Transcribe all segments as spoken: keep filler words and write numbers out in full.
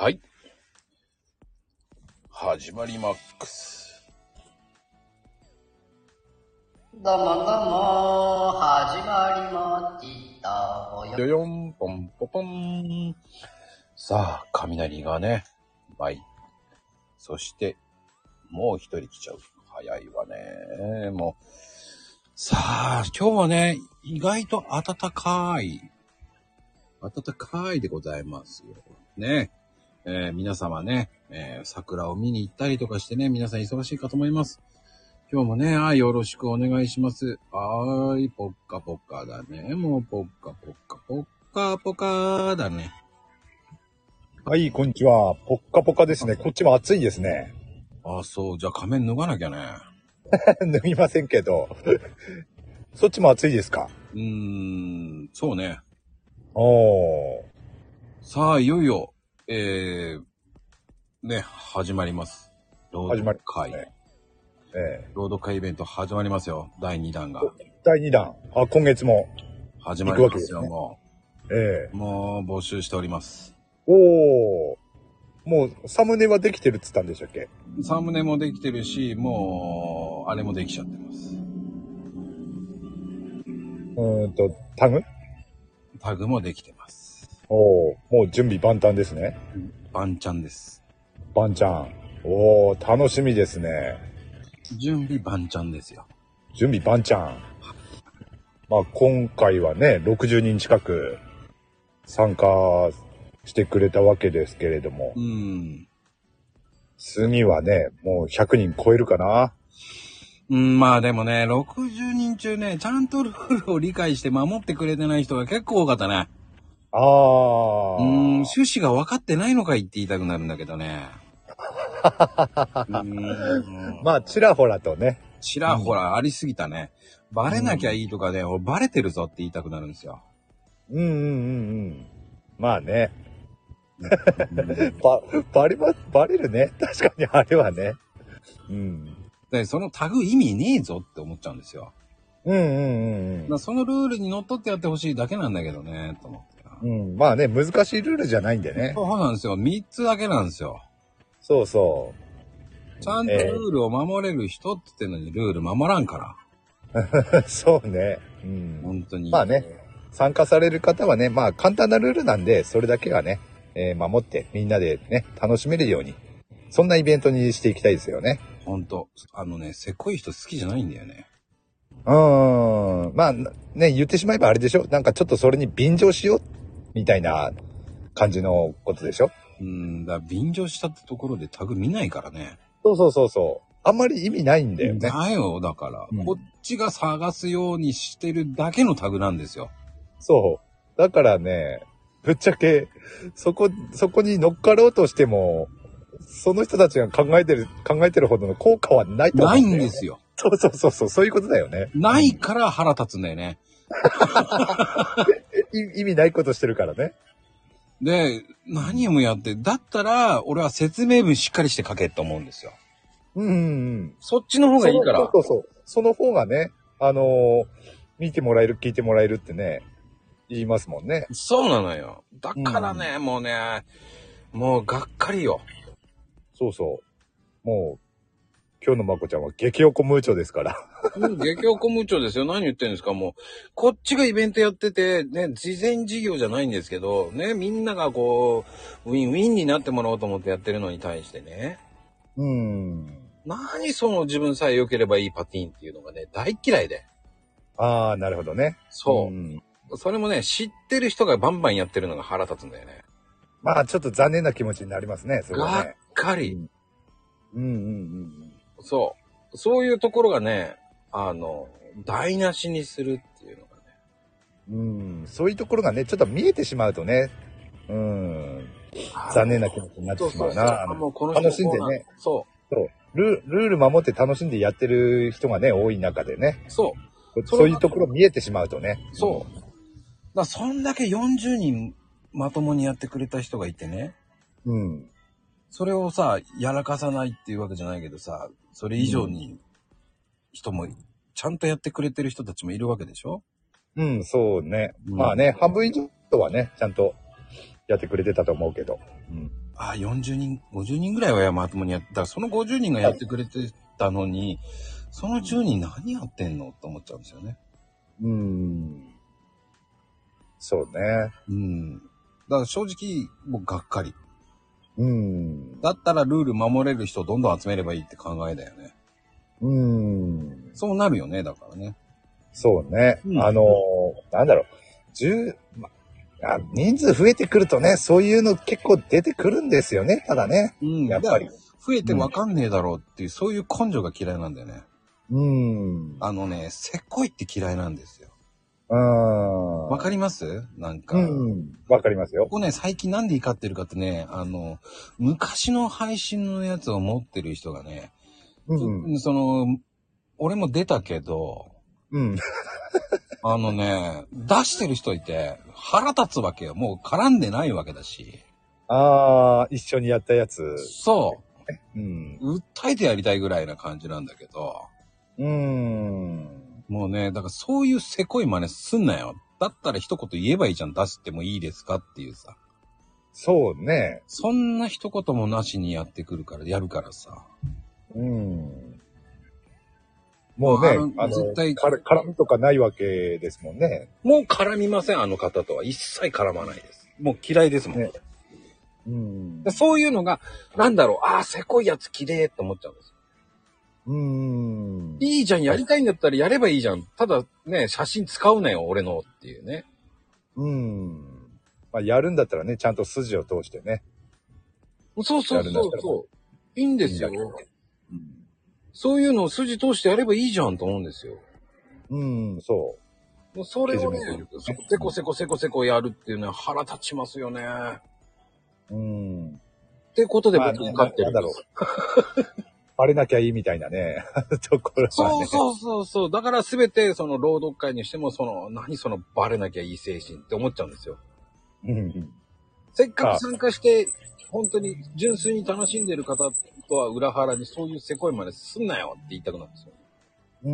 はい。始まりマックス。 どうもどうも、始まりましたよよん、ポンポポン。さあ、雷がね、舞い。そして、もう一人来ちゃう。早いわね。もう。さあ、今日はね、意外と暖かい。暖かいでございますよ。ね。えー、皆様ね、えー、桜を見に行ったりとかしてね、皆さん忙しいかと思います。今日もね、はい、よろしくお願いします。はーい、ぽっかぽかだね。もうぽっかぽか、ぽっかぽかだね。 はい、こんにちは。ぽっかぽかですね。こっちも暑いですね。 あ、そう、じゃあ仮面脱がなきゃね。 脱ぎませんけど。そっちも暑いですか？ うーん、そうね。 おー。 さあ、いよいよ、えー、ね、始まります。朗始ま読会。 りますね。ええ。 朗読会イベント始まりますよ。だいにだんが。 だいにだん。あ、今月も。 始まりますよ、 行くわけですねもええ。 う。もう募集しております。 おー。もう、サムネはできてるって言ったんでしたっけ？ サムネもできてるし、もう、あれもできちゃってます。 うーんと、タグ？ タグもできてます。 おー。もう準備万端ですね。 バンちゃんです。 バンちゃん。おー、楽しみですね。 準備バンちゃんですよ。 準備万端。まあ今回はね、ろくじゅうにん近く参加してくれたわけですけれども。 うん。 次はね、もうひゃくにん超えるかな。 うん、まあでもね、ろくじゅうにん中ね、ちゃんとルールを理解して守ってくれてない人が結構多かったね。 ああ。 うん、趣旨が分かってないのかいって言いたくなるんだけどね。うんまあ、ちらほらとね。 ちらほらありすぎたね。バレなきゃいいとかね、俺バレてるぞって言いたくなるんですよ。 うんうんうんうん。まあね。ば、バレま、バレるね。確かにあれはね。うん。 で、そのタグ意味ねえぞって思っちゃうんですよ。 うんうんうんだからそのルールにのっとってやってほしいだけなんだけどね、と思って。 うん。うん。まあね、難しいルールじゃないんでね。 そうなんですよ。みっつだけなんですよ。 そうそちゃんとルールを守れる人って言ってんのにルール守らんから。 う。そうね。うん。 本当に。 まあね、参加される方はね、まあ簡単なルールなんで、それだけはね、えー守ってみんなでね、楽しめるように、そんなイベントにしていきたいですよね。 本当。あのね、せこい人好きじゃないんだよね。 うーん。まあ、ね、言ってしまえばあれでしょ？なんかちょっとそれに便乗しよう、みたいな感じのことでしょ？ うん、だから便乗したってところでタグ見ないからね。 そうそうそうそう。あんまり意味ないんだよね。 だよ、だから、 うん、 こっちが探すようにしてるだけのタグなんですよ。 そう。だからね、ぶっちゃけ、そこ、そこに乗っかろうとしても、その人たちが考えてる、考えてるほどの効果はないと思ないうんだよね。 んですよ。 そうそうそうそう、そういうことだよね。 ないから腹立つんだよね。 い意味ないことしてるからね。 で、何もやって、だったら、俺は説明文しっかりして書けって思うんですよ。 うんうんうん。 そっちの方がいいから。 そうそうそう。その方がね、あのー見てもらえる、聞いてもらえるってね、言いますもんね。 そうなのよ。だからね、うん、もうね、もうがっかりよ。 そうそう。もう、今日のまこちゃんは激おこムーチョですから。 激おこムーチョですよ。何言ってんですか、もう。こっちがイベントやってて、ね、事前事業じゃないんですけど、ね、みんながこう、ウィンウィンになってもらおうと思ってやってるのに対してね。 うーん。 何その自分さえ良ければいいパティーンっていうのがね、大嫌いで。 ああ、なるほどね。 そう。 うん、 それもね、知ってる人がバンバンやってるのが腹立つんだよね。 まあ、ちょっと残念な気持ちになりますね、それはね。 がっかり。 うん、うん、うんうんそう。そういうところがね、あの、台無しにするっていうのがね。 うん。そういうところがね、ちょっと見えてしまうとね、うん。残念な気持ちになってしまうな。 そうそうそう、もうこの人楽しんでね。 そう。 そうル。ルール守って楽しんでやってる人がね、多い中でね。 そう。 そういうところ見えてしまうとね。 そう。だからそんだけよんじゅうにんまともにやってくれた人がいてね。 うん。 それをさ、やらかさないっていうわけじゃないけどさ、それ以上に人もちゃんとやってくれてる人たちもいるわけでしょ？ うん、そうね。 うん、 まあね、半分以上はね、ちゃんとやってくれてたと思うけど。うん。 ああ、よんじゅうにん、ごじゅうにんぐらいはまともにやってた。そのごじゅうにんがやってくれてたのに、そのじゅうにん何やってんのって思っちゃうんですよね。 うーん。そうね。 うん。だから正直、もうがっかり。 うーん。 だったらルール守れる人をどんどん集めればいいって考えだよね。 うーん。 そうなるよね、だからね。 そうね。 うん、 あのー、なんだろう。十、ま、あ、人数増えてくるとね、そういうの結構出てくるんですよね。ただね。 うん、 やっぱり。 増えてわかんねえだろうっていう、うん、そういう根性が嫌いなんだよね。 うーん。 あのね、せっこいって嫌いなんですよ。 うーん。 わかりますなんか。 うん。わかりますよ。 ここね、最近なんで怒ってるかってね、あの、昔の配信のやつを持ってる人がね、 うん。 その、俺も出たけど、 うん。 あのね、出してる人いて腹立つわけよ。もう絡んでないわけだし。 ああ、一緒にやったやつ。 そう。 うん。 訴えてやりたいぐらいな感じなんだけど。 うーん。 もうね、だからそういうせこい真似すんなよ。だったら一言言えばいいじゃん。出してもいいですかっていうさ。 そうね。 そんな一言もなしにやってくるから、やるからさ。 うん。もうね、あの、 絶対から絡みとかないわけですもんね。 もう絡みません、あの方とは。一切絡まないです。もう嫌いですもん。ね、 うん。 そういうのが、なんだろう、ああ、せこいやつ綺麗って思っちゃうんですよ。 うん。 いいじゃん、やりたいんだったらやればいいじゃん。ただね、写真使うなよ、俺のっていうね。 うん。まあ、やるんだったらね、ちゃんと筋を通してね。 そうそうそうそう。いいんですよ。 うん、 そういうのを筋通してやればいいじゃんと思うんですよ。 うん、そう。 もうそれをね、せこせこせこせこやるっていうのは腹立ちますよね。 うん。 ってことで僕怒ってるんです。 バレなきゃいいみたいなね、ところはね。 そうそうそうそう。だからすべてその朗読会にしても、その、何そのバレなきゃいい精神って思っちゃうんですよ。 うん、 せっかく参加して、本当に純粋に楽しんでる方とは裏腹にそういうせこいまですんなよって言いたくなるんですよ。 うん。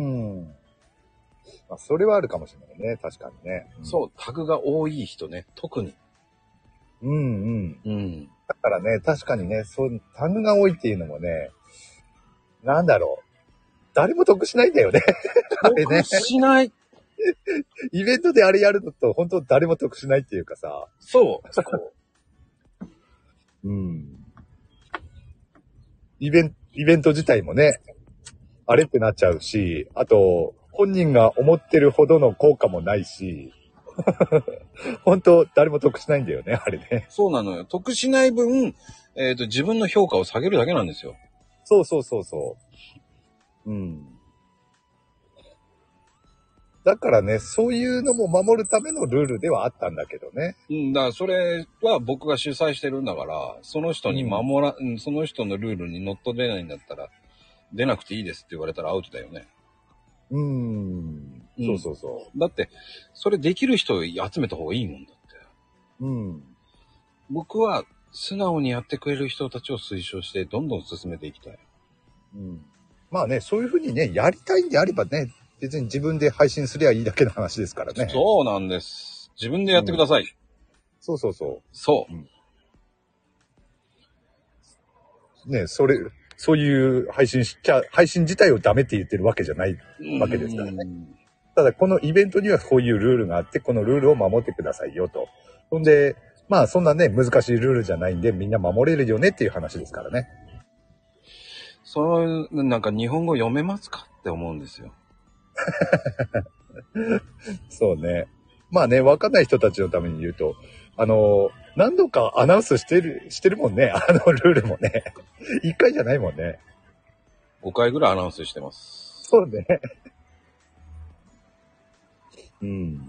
まあ、それはあるかもしれないね。確かにね。 うん、そう、タグが多い人ね、特に。 うんうん。 うん。 だからね、確かにね、そう、タグが多いっていうのもね、なんだろう。誰も得しないんだよね。あれね。 得しない。 イベントであれやるのと、本当誰も得しないっていうかさ。 そう。そううん。イベント、イベント自体もね、あれってなっちゃうし、あと、本人が思ってるほどの効果もないし、本当誰も得しないんだよね、あれね。 そうなのよ。得しない分、えっと、自分の評価を下げるだけなんですよ。 そうそうそうそう。うん。だからね、そういうのも守るためのルールではあったんだけどね。 うん、だからそれは僕が主催してるんだから、その人に守ら、うん、その人のルールに乗っ取れないんだったら、出なくていいですって言われたらアウトだよね。 うーん。そうそうそう。 だって、それできる人を集めた方がいいもんだって。 うん。 僕は素直にやってくれる人たちを推奨して、どんどん進めていきたい。 うん。まあね、そういうふうにね、やりたいんであればね、別に自分で配信すりゃいいだけの話ですからね。 そうなんです。自分でやってください。うん、 そうそうそう。 そう、 うん。ね、それ、そういう配信しちゃ、配信自体をダメって言ってるわけじゃないわけですからね。ただこのイベントにはこういうルールがあって、このルールを守ってくださいよと。ほんで、まあそんなね、難しいルールじゃないんでみんな守れるよねっていう話ですからね。 そういう、なんか日本語読めますかって思うんですよ。 そうね。まあね、わかんない人たちのために言うと、あの、何度かアナウンスしてる、してるもんね。あのルールもね。一回じゃないもんね。 ごかいぐらいアナウンスしてます。 そうね。うん。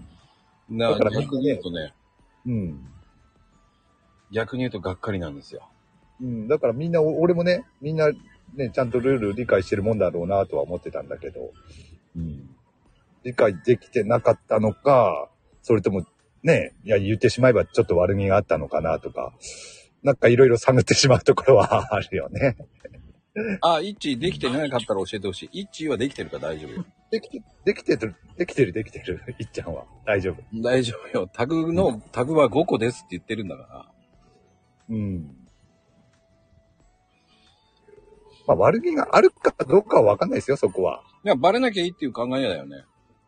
だから逆に言うとね。 うん。 逆に言うとがっかりなんですよ。 うん。だからみんな、俺もね、みんなね、ちゃんとルール理解してるもんだろうなとは思ってたんだけど、うん。理解できてなかったのか、それともね、いや言ってしまえばちょっと悪気があったのかなとか、なんかいろいろ探ってしまうところはあるよね。 あ、イッチできてなかったら教えてほしい。イッチはできてるから大丈夫よ。 できて、できてる、できてる、できてる、いっちゃんは。大丈夫。 大丈夫よ。タグの、タグはごこですって言ってるんだから。 うん。 まあ悪気があるかどうかはわかんないですよ、そこは。 いや、バレなきゃいいっていう考えだよね。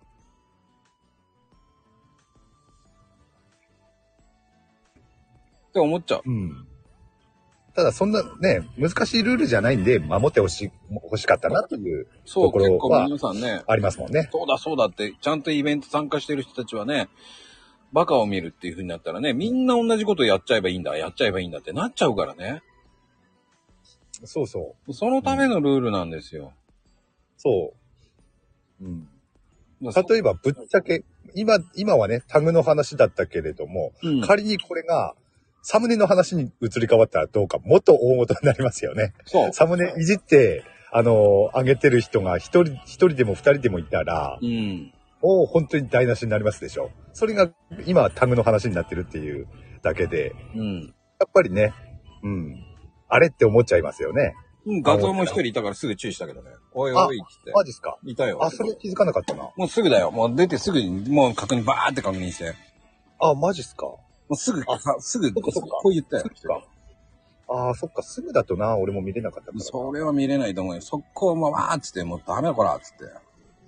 って思っちゃう。 うん。ただそんなね、難しいルールじゃないんで、守ってほし、欲しかったなというそう、 ところ結構は皆さんね、 ありますもんね。 そうだそうだって、ちゃんとイベント参加してる人たちはね、バカを見るっていう風になったらね、みんな同じことやっちゃえばいいんだ、やっちゃえばいいんだってなっちゃうからね。 そうそそのためのルールなんですよ。 そう。うん。 だから例えばぶっちゃけ、今、今はね、タグの話だったけれども、 うん仮にこれがサムネの話に移り変わったらどうか、もっと大元になりますよね。 そう。 サムネいじって、あのー上げてる人が一人、一人でも二人でもいたら、 うん。 もう本当に台無しになりますでしょ。それが今はタグの話になってるっていうだけで、 うん。 やっぱりね、うん。あれって思っちゃいますよね。 うん、画像も一人いたからすぐ注意したけどね。おいおいっつって。 マジっすか？ いたよ。 あ、それ気づかなかったな。 もうすぐだよ。もう出てすぐに、もう確認、バーって確認して。 あ、マジっすか？ もうすぐ、 あさすぐ、 そっかそっかこう言ったよ。 そっか。ああ、そっか、すぐだとな、俺も見れなかったから。 それは見れないと思うよ。速攻もうわーっつって、もうダメだこらっつって。 ああ。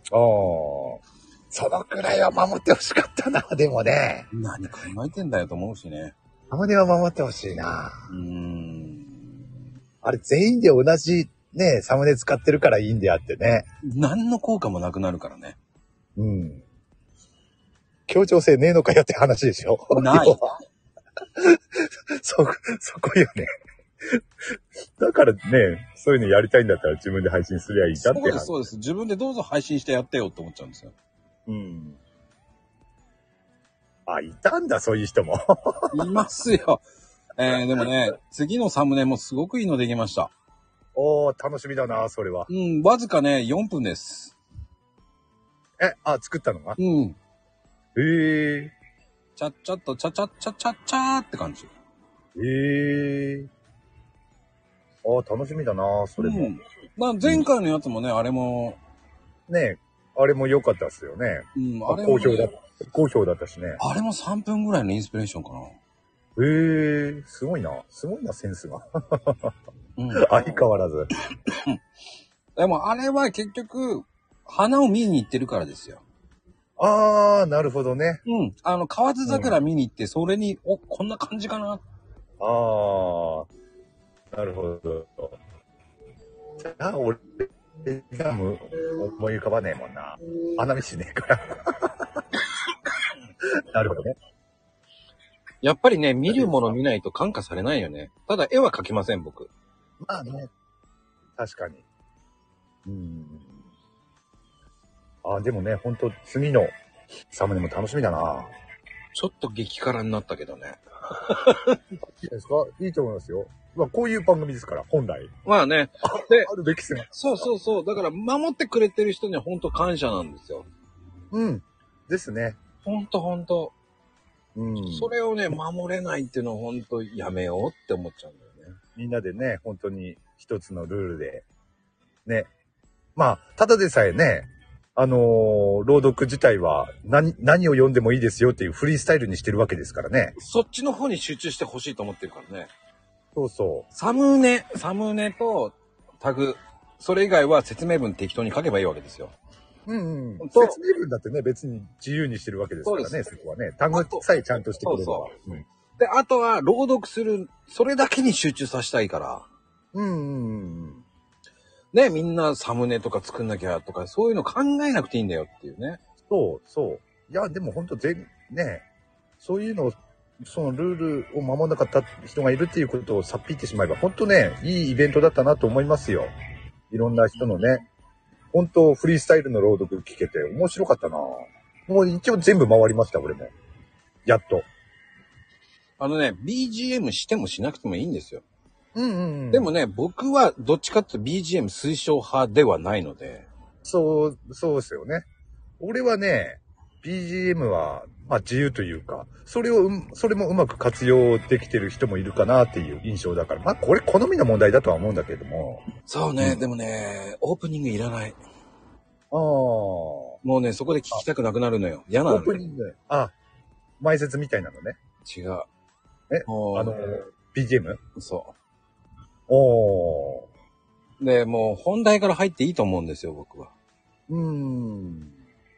そのくらいは守ってほしかったな、でもね。 何考えてんだよと思うしね。 サムネは守ってほしいな。 うーん。 あれ全員で同じね、サムネ使ってるからいいんであってね。 何の効果もなくなるからね。 うん。協調性ねえのかよって話でしょ。 ない要はそ、そこよね。だからね、そういうのやりたいんだったら自分で配信すりゃいいじゃんってそうです、そうです。自分でどうぞ配信してやってよって思っちゃうんですよ。 うん。あ、いたんだ、そういう人も。 いますよ。えー、でもね、次のサムネもすごくいいのできました。 おー、楽しみだな、それは。 うん、わずかね、よんぷんです。 え、あ、作ったのがうん。 へえ。 ちゃっちゃっと、ちゃちゃっちゃちゃっちゃーって感じ。 へえ。あ、楽しみだな、それも。 うん。まあ前回のやつもね、あれも、 ねあれも良かったっすよね。 うん、 ああれも、 好評だね、 好評だったしね。 あれもさんぷんぐらいのインスピレーションかな。 へえ、すごいな。すごいな、センスが。 うん。 相変わらず。 でもあれは結局、花を見に行ってるからですよ。 あー、なるほどね。 うん。あの、河津桜見に行って、それに、お、こんな感じかな。 あー、なるほど。じゃあ、俺がも思い浮かばねえもんな。花見しねえから。なるほどね。 やっぱりね、見るもの見ないと感化されないよね。ただ絵は描きません、僕。 まあね。確かに。うん。あ、でもね、ほんと、次のサムネも楽しみだな。 ちょっと激辛になったけどね。 いいですか？いいと思いますよ。まあ、こういう番組ですから、本来。 まあね。 あであるべきすが。 そうそうそう。だから守ってくれてる人には本当感謝なんですよ。 うん。ですね。 ほんとほんと。 うん。 それをね、守れないっていうのは本当やめようって思っちゃうんだよね。 みんなでね、本当に一つのルールで、ね。まあ、ただでさえね、あのー朗読自体は何、何を読んでもいいですよっていうフリースタイルにしてるわけですからね。 そっちの方に集中してほしいと思ってるからね。 そうそサムネ、サムネとタグ、それ以外は説明文適当に書けばいいわけですよ。 う。うんうん。 と説明文だってね、別に自由にしてるわけですからね、 そうですそこはね。単語さえちゃんとしてくれれば。 そうで、あとは朗読する、それだけに集中させたいから。 うんうんうんうん。 ね、みんなサムネとか作んなきゃとか、そういうの考えなくていいんだよっていうね。 そうそう。いや、でも本当全、ね、そういうのを、そのルールを守らなかった人がいるっていうことをさっぴいてしまえば、本当ね、いいイベントだったなと思いますよ。いろんな人のね、本当フリースタイルの朗読聞けて面白かったな。もう一応全部回りました、俺も。やっと。 あのね、ビージーエム してもしなくてもいいんですよ。 うんうんうん。 でもね、僕はどっちかっていうと ビージーエム 推奨派ではないので。 そう、そうですよね。俺はね、ビージーエム は、まあ自由というか、それをう、それもうまく活用できてる人もいるかなっていう印象だから、まあこれ好みの問題だとは思うんだけれども。 そうね、 うんでもね、オープニングいらない。 ああ。オもうね、そこで聞きたくなくなるのよ。嫌なのープニング。あ、前説みたいなのね。 違う。 えもうあの、ビージーエム? そおー。 で、もう本題から入っていいと思うんですよ、僕は。 うーん。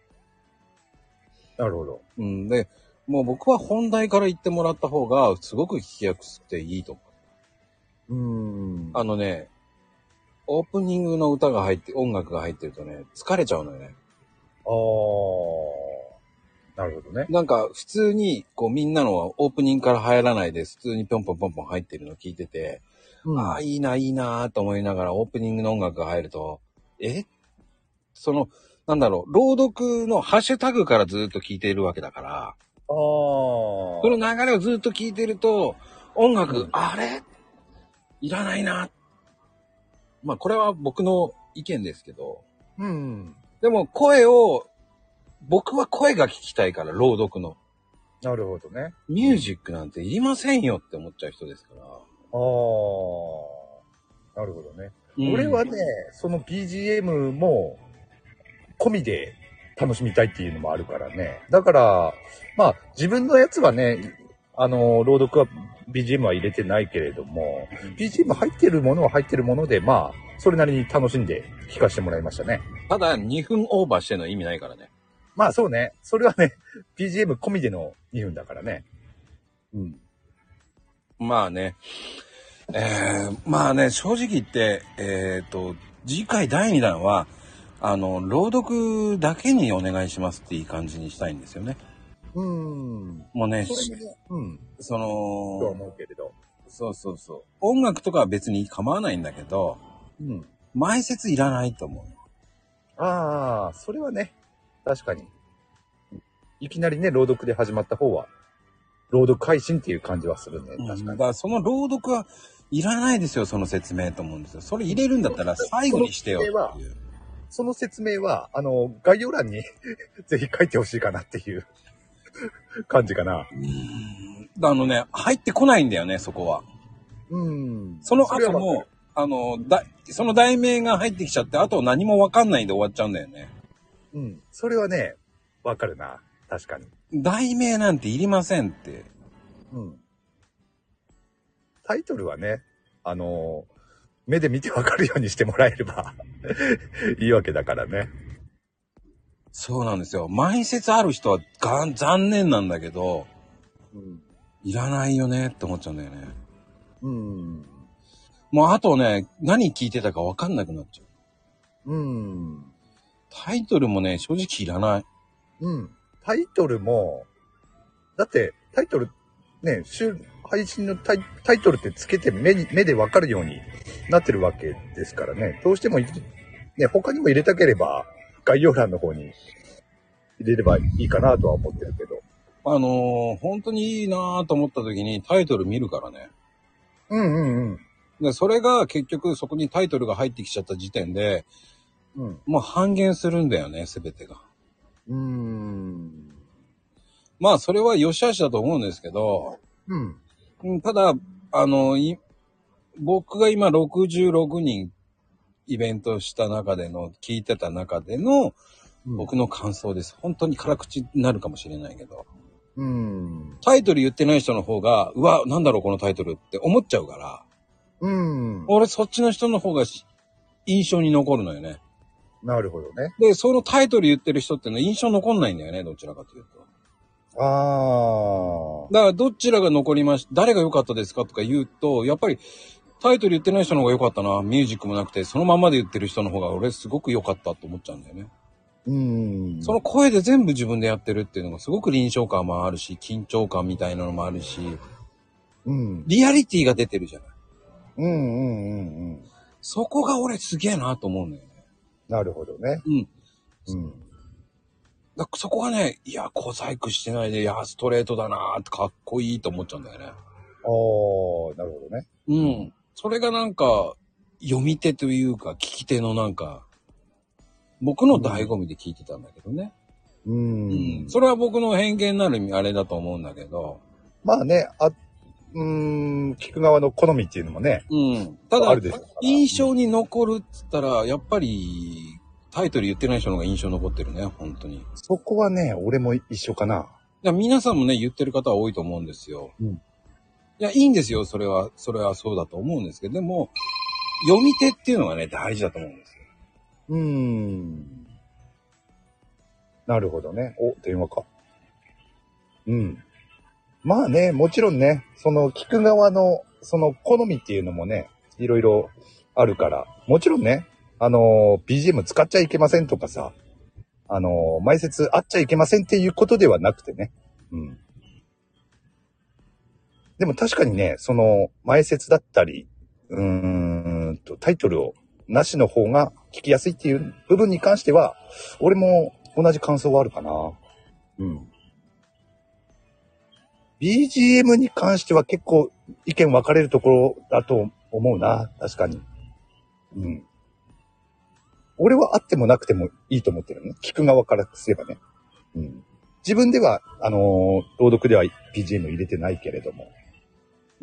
なるほど。 うん。で、もう僕は本題から言ってもらった方が、すごく聞きやすくていいと思う。 うーん。 あのね、オープニングの歌が入って、音楽が入ってるとね、疲れちゃうのよね。 ああ。なるほどね。 なんか、普通に、こう、みんなのはオープニングから入らないで、普通にピョンポンポンポン入ってるの聞いてて、 うん、 ああ、いいな、いいなと思いながら、オープニングの音楽が入ると、えその、なんだろう、朗読のハッシュタグからずっと聞いているわけだから、 ああ。 その流れをずっと聞いてると、音楽、うん、あれいらないな。まあ、これは僕の意見ですけど。 うん。 でも、声を、僕は声が聞きたいから、朗読の。 なるほどね。 ミュージックなんていりませんよって思っちゃう人ですから。ああ。 なるほどね。 うん、 俺はね、その ビージーエム も込みで楽しみたいっていうのもあるからね。だから、まあ自分のやつはね、あの、朗読は ビージーエム は入れてないけれども、うん、ビージーエム 入ってるものは入ってるもので、まあ、それなりに楽しんで聴かせてもらいましたね。 ただにふんオーバーしてるのは意味ないからね。 まあそうね。それはね、ビージーエム 込みでのにふんだからね。 うん。まあね。えー、まあね、正直言って、えっと、次回だいにだんは、あの、朗読だけにお願いしますっていい感じにしたいんですよね。 うーん。 もうね、 それもね、うん。 その、 とは思うけれど。 そうそうそう。音楽とかは別に構わないんだけど、 うん。 前説いらないと思う。 ああ、それはね、確かに。いきなりね、朗読で始まった方は、朗読配信っていう感じはするね。確かに。うん、 だからその朗読はいらないですよ、その説明と思うんですよ。それ入れるんだったら最後にしてよっていう。 その説明は、あの、概要欄にぜひ書いてほしいかなっていう感じかな。 うーん。あのね、入ってこないんだよね、そこは。 うん。 その後も、あの、だ、その題名が入ってきちゃって、あと何もわかんないで終わっちゃうんだよね。 うん。それはね、わかるな。確かに。 題名なんていりませんって。 うん。タイトルはね、あの、目で見てわかるようにしてもらえればいいわけだからね。 そうなんですよ。前説ある人はがん残念なんだけど、うん、いらないよねって思っちゃうんだよね。うん。もうあとね、何聞いてたかわかんなくなっちゃう。うん。タイトルもね、正直いらない。 うん。タイトルも、だってタイトルね、週配信のタイ、タイトルってつけて目に、目でわかるようになってるわけですからね。どうしても、ね、他にも入れたければ、概要欄の方に入れればいいかなとは思ってるけど。 あのー、本当にいいなと思った時にタイトル見るからね。 うんうんうん。 で、それが結局そこにタイトルが入ってきちゃった時点で、うん、もう半減するんだよね、すべてが。うーん。まあ、それは良し悪しだと思うんですけど、うん。ただ、あの、い、僕が今ろくじゅうろくにんイベントした中での、聞いてた中での、僕の感想です。本当に辛口になるかもしれないけど。うん。タイトル言ってない人の方が、うわ、なんだろうこのタイトルって思っちゃうから。うん。俺そっちの人の方が印象に残るのよね。 なるほどね。 で、そのタイトル言ってる人ってのは印象残んないんだよね、どちらかというと。ああ。だからどちらが残りまし、誰が良かったですかとか言うと、やっぱりタイトル言ってない人の方が良かったな、ミュージックもなくて、そのままで言ってる人の方が俺すごく良かったと思っちゃうんだよね。うん。その声で全部自分でやってるっていうのがすごく臨場感もあるし、緊張感みたいなのもあるし、うん。リアリティが出てるじゃない。うんうんうんうん。そこが俺すげえなと思うんだよね。 なるほどね。 うん。うん。だそこがね、いや、小細工してないで、いや、ストレートだなーってかっこいいと思っちゃうんだよね。ああ、 なるほどね。 うん。それがなんか、読み手というか、聞き手のなんか、僕の醍醐味で聞いてたんだけどね。うん。うん。それは僕の偏見なるあれだと思うんだけど。 まあね、あ、うーん、聞く側の好みっていうのもね。 うん。ただ、印象に残るっつったら、やっぱり、タイトル言ってない人の方が印象残ってるね、本当に。 そこはね、俺も一緒かな。 だ皆さんもね、言ってる方は多いと思うんですよ。うん。いや、いいんですよ、それは、それはそうだと思うんですけど、でも、 読み手っていうのがね、大事だと思うんですよ。 うーん。なるほどね。お、電話か。うん。まあね、もちろんね、その聞く側の、その好みっていうのもね、いろいろあるから、もちろんね、あの、ビージーエム 使っちゃいけませんとかさ、あの、前説あっちゃいけませんっていうことではなくてね。うん。でも確かにね、その、前説だったり、うーんと、タイトルをなしの方が聞きやすいっていう部分に関しては、俺も同じ感想はあるかな。うん。ビージーエム に関しては結構意見分かれるところだと思うな。確かに。うん。俺はあってもなくてもいいと思ってるね。聞く側からすればね。うん。自分では、あのー、朗読では ビージーエム 入れてないけれども。うん。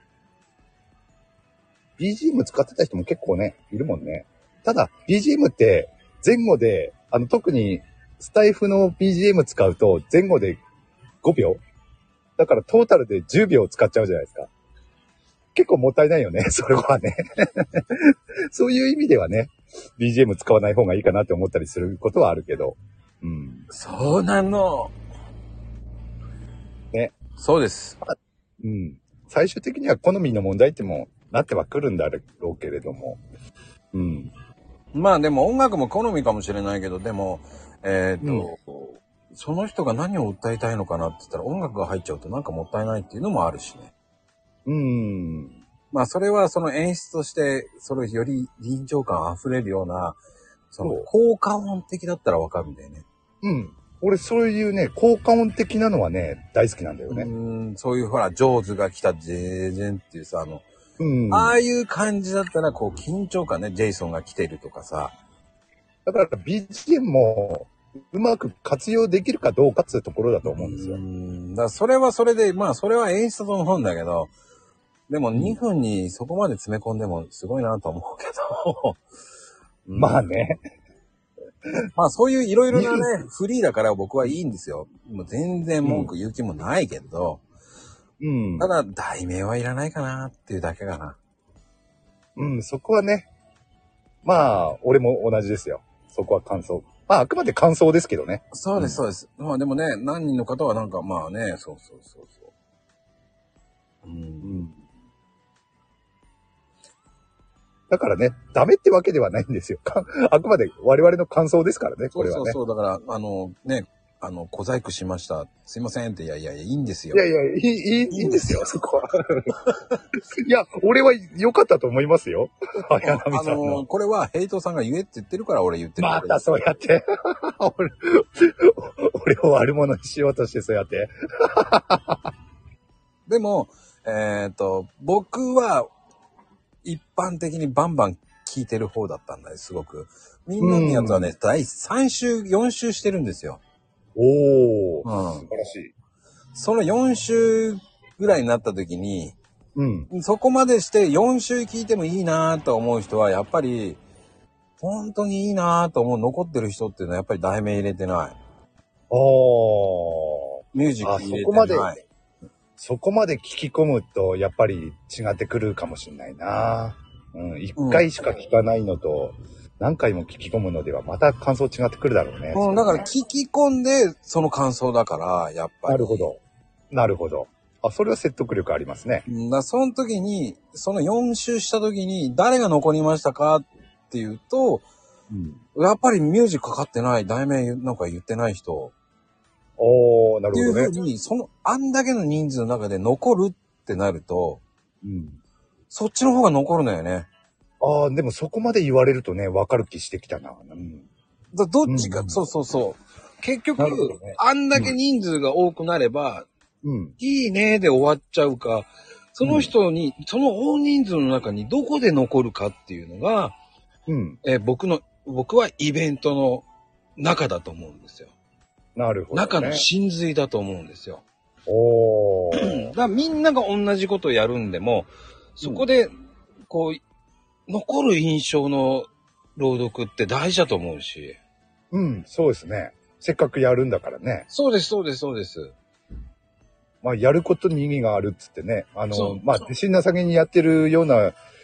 ビージーエム 使ってた人も結構ね、いるもんね。ただ、ビージーエム って前後で、あの、特にスタイフの ビージーエム 使うと前後でごびょうだからトータルでじゅうびょう使っちゃうじゃないですか。結構もったいないよね、それはね。そういう意味ではね、ビージーエム 使わない方がいいかなって思ったりすることはあるけど。うん。 そうなの。 ね。 そうです。 うん。最終的には好みの問題ってもなってはくるんだろうけれども。うん。 まあでも音楽も好みかもしれないけど、でも、えっと、うんその人が何を訴えたいのかなって言ったら音楽が入っちゃうとなんかもったいないっていうのもあるしね。 うーん。 まあそれはその演出としてそれより臨場感あふれるようなその効果音的だったらわかるんだよね。 うん。俺そういうね効果音的なのはね大好きなんだよね。 うーんそういうほらジョーズが来たジェージェンっていうさあの、 うん、 ああいう感じだったらこう緊張感ねジェイソンが来てるとかさ。 だから ビージーエム もうまく活用できるかどうかっていうところだと思うんですよ。 うーんだからそれはそれでまあそれは演出だと思うんだけどでもにふんにそこまで詰め込んでもすごいなと思うけどまあねまあそういういろいろなねフリーだから僕はいいんですよもう全然文句言う気もないけど、うん、ただ題名はいらないかなっていうだけかな。 うんそこはねまあ俺も同じですよ。そこは感想まああくまで感想ですけどね。 そうですそうです、うん、まあでもね何人の方はなんかまあねそうそうそうそううん、うんだからね、ダメってわけではないんですよ。あくまで我々の感想ですからね、これはね。 そうそうそう、だから、あの、ね、あの、小細工しました。すいませんって、いやいやいや、いいんですよ。 いやいや、いい、いい、いいんですよ、そこは。いや、俺は良かったと思いますよ。 あの、これはヘイトさんが言えって言ってるから俺言ってる。 またそうやって。俺、俺を悪者にしようとしてそうやって。 でも、えっと、僕は、一般的にバンバン聞いてる方だったんだよ、すごく。みんなのやつはね、だいさん週、よん週してるんですよ。 おー、 うん、 素晴らしい。 そのよん週ぐらいになった時に、 うん、 そこまでしてよん週聞いてもいいなと思う人は、やっぱり、本当にいいなと思う残ってる人っていうのはやっぱり題名入れてない。あー。 ミュージック入れてない。 そこまで、そこまで聞き込むと、やっぱり違ってくるかもしれないな。うん、一回しか聞かないのと、うん、何回も聞き込むのでは、また感想違ってくるだろうね。 うん、だから聞き込んで、その感想だから、やっぱり。 なるほど。なるほど。あ、それは説得力ありますね。 うん、だその時に、そのよん週した時に、誰が残りましたかっていうと、うん、やっぱりミュージックかかってない、題名なんか言ってない人。 おー、なるほどね。 っていうふうに、その、あんだけの人数の中で残るってなると、うん、そっちの方が残るのよね。 ああ、でもそこまで言われるとね、わかる気してきたな。うん、 だどっちか、うんうん、そうそうそう。結局、ね、あんだけ人数が多くなれば、うん、いいねで終わっちゃうか、その人に、うん、その大人数の中にどこで残るかっていうのが、うん、え僕の、僕はイベントの中だと思うんですよ。 なるほど、ね。 中の真髄だと思うんですよ。 おー。 だからみんなが同じことをやるんでも、そこで、こう、残る印象の朗読って大事だと思うし。 うん、そうですね。せっかくやるんだからね。 そうです、そうです、そうです。 まあ、やることに意義があるっつってね。あの、まあ、自信なさげにやってるような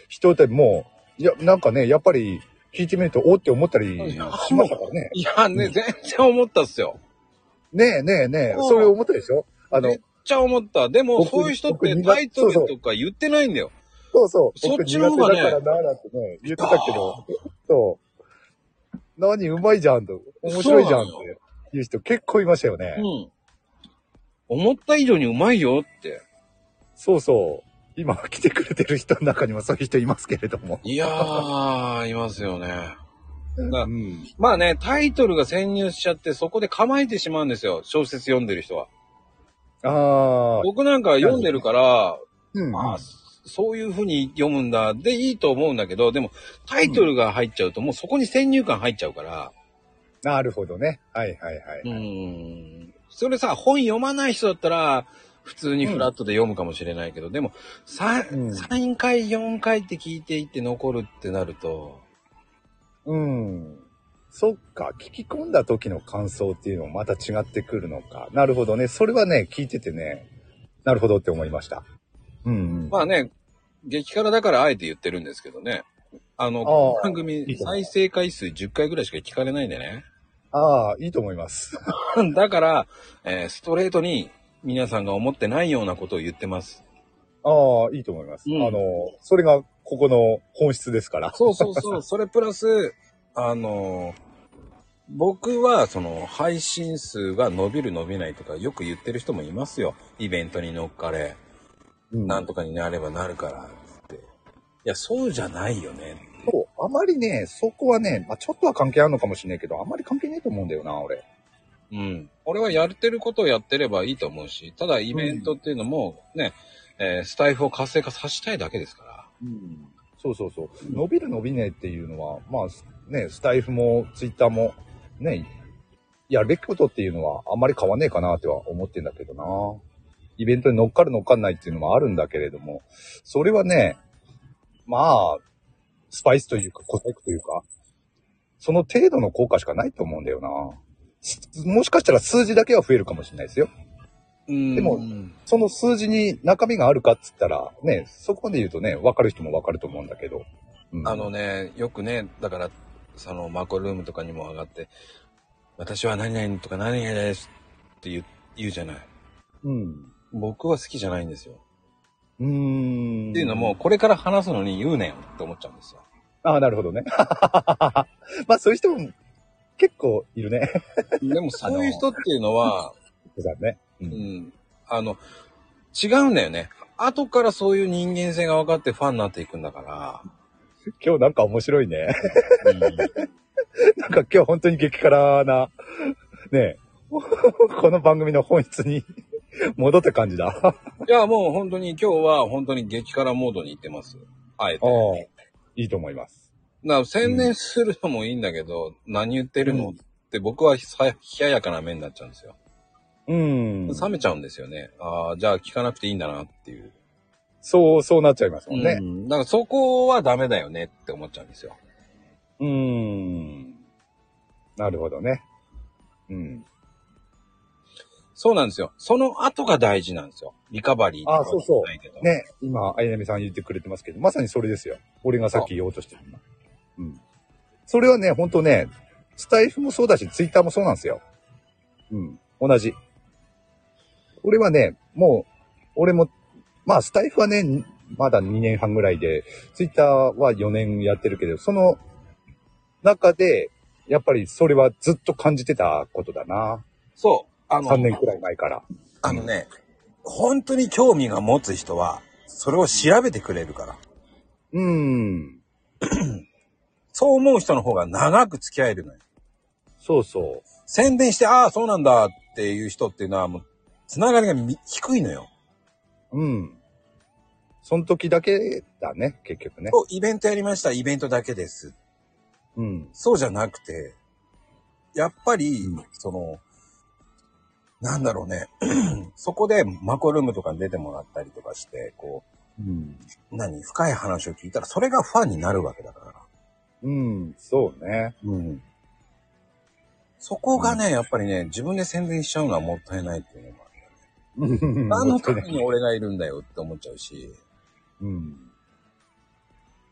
人でも、いや、なんかね、やっぱり聞いてみると、おって思ったりしましたからね。 いやね、全然思ったっすよ。 ねえねえねえ、 うんそれ思ったでしょ？あのめっ、ちゃ思った。でも、 僕そういう人って僕苦タイトルとか言ってないんだよ。 そうそう。 そっちの方がね僕苦手だからなーなんてね、言ってたけど、そう。何、うまいじゃんと。面白いじゃんっていう人結構いましたよね。 うん。思った以上にうまいよって。 そうそう。今来てくれてる人の中にもそういう人いますけれども。 いやー、いますよね。だうん。 まあね、タイトルが潜入しちゃって、そこで構えてしまうんですよ。小説読んでる人は。 ああ。 僕なんか読んでるから、 うん、 まあ、そういう風に読むんだ。で、いいと思うんだけど、でも、タイトルが入っちゃうと、もうそこに先入観入っちゃうから。 なるほどね。はいはいはい。 うーん。それさ、本読まない人だったら、普通にフラットで読むかもしれないけど、でも、さ、 うんさんかい、よんかいって聞いていって残るってなると、 うん。そっか。聞き込んだ時の感想っていうのもまた違ってくるのか。なるほどね。それはね、聞いててね、なるほどって思いました。うん、うん。 まあね、激辛だからあえて言ってるんですけどね。あの、 あーこの番組いいと思う再生回数じゅっかいぐらいしか聞かれないんでね。 ああ、いいと思います。 だから、えーストレートに皆さんが思ってないようなことを言ってます。 ああ、いいと思います。 うんあの、それがここの本質ですから。 そうそうそう。それプラス、あの、僕はその配信数が伸びる伸びないとかよく言ってる人もいますよ。イベントに乗っかれ。 うんなんとかになればなるからって。いや、そうじゃないよね。 そう。あまりね、そこはね、まあ、ちょっとは関係あるのかもしれないけど、あまり関係ないと思うんだよな、俺。 うん。俺はやってることをやってればいいと思うし、ただイベントっていうのもね、えースタイフを活性化させたいだけですから。 うん。そうそうそう。伸びる伸びねえっていうのは、まあね、スタイフもツイッターもね、やるべきことっていうのはあんまり変わんねえかなっては思ってんだけどな。イベントに乗っかる乗っかんないっていうのもあるんだけれども、それはね、まあ、スパイスというか、小細工というか、その程度の効果しかないと思うんだよな。すもしかしたら数字だけは増えるかもしれないですよ。 うんでもその数字に中身があるかっつったら、ね、そこまで言うとね、分かる人も分かると思うんだけど。うんあのね、よくね、だから、そのマコルームとかにも上がって、私は何々とか何々ですって言う言うじゃない。 うん。 僕は好きじゃないんですよ。 うーん。 っていうのも、これから話すのに言うねんって思っちゃうんですよ。 ああ、なるほどね。まあそういう人も結構いるね。 でもそういう人っていうのは、 そうだね。う。 うんん、あの、違うんだよね。後からそういう人間性が分かってファンになっていくんだか今日なんか面白いね。 ら。うんなんか今日本当に激辛な、ねえ、この番組の本質に戻った感じだ。あいや、もう本当に今日は本当に激辛モードに行ってます。あえて。 あ、いいと思います。 だから宣伝するのもいいんだけど、何言ってるの、 うんって僕はさ冷ややかな目になっちゃうんですよ。 うん。 冷めちゃうんですよね。ああ、じゃあ聞かなくていいんだなっていう。 そう、そうなっちゃいますもんね。 うん。だからそこはダメだよねって思っちゃうんですよ。 うーん。なるほどね。うん。 そうなんですよ。その後が大事なんですよ。リカバリーとかあそうそうないけど。 ね、今、あやなみさん言ってくれてますけど、まさにそれですよ。俺がさっき言おうとしてるの。うん。それはね、ほんとね、スタイフもそうだし、ツイッターもそうなんですよ。うん。同じ。俺はね、もう、俺も、まあ、スタイフはね、まだにねんはんぐらいで、ツイッターはよねんやってるけど、その中で、やっぱりそれはずっと感じてたことだな。 そう。あの、 さんねんくらい前から。 あのね、本当に興味が持つ人は、それを調べてくれるから。 うーん。 そう思う人の方が長く付き合えるのよ。 そうそう。 宣伝して、ああ、そうなんだっていう人っていうのはもう、つながりがみ低いのよ。 うん。その時だけだね、結局ね。 そうイベントやりました、イベントだけです。 うん。 そうじゃなくて、やっぱり、 うんその、なんだろうね。そこでマコルームとかに出てもらったりとかして、こうん。 う、何、深い話を聞いたら、それがファンになるわけだから。 うん、そうね。 うん。そこがね、やっぱりね、自分で宣伝しちゃうのはもったいないっていうのもあるよね。何のために俺がいるんだよって思っちゃうし。 うん。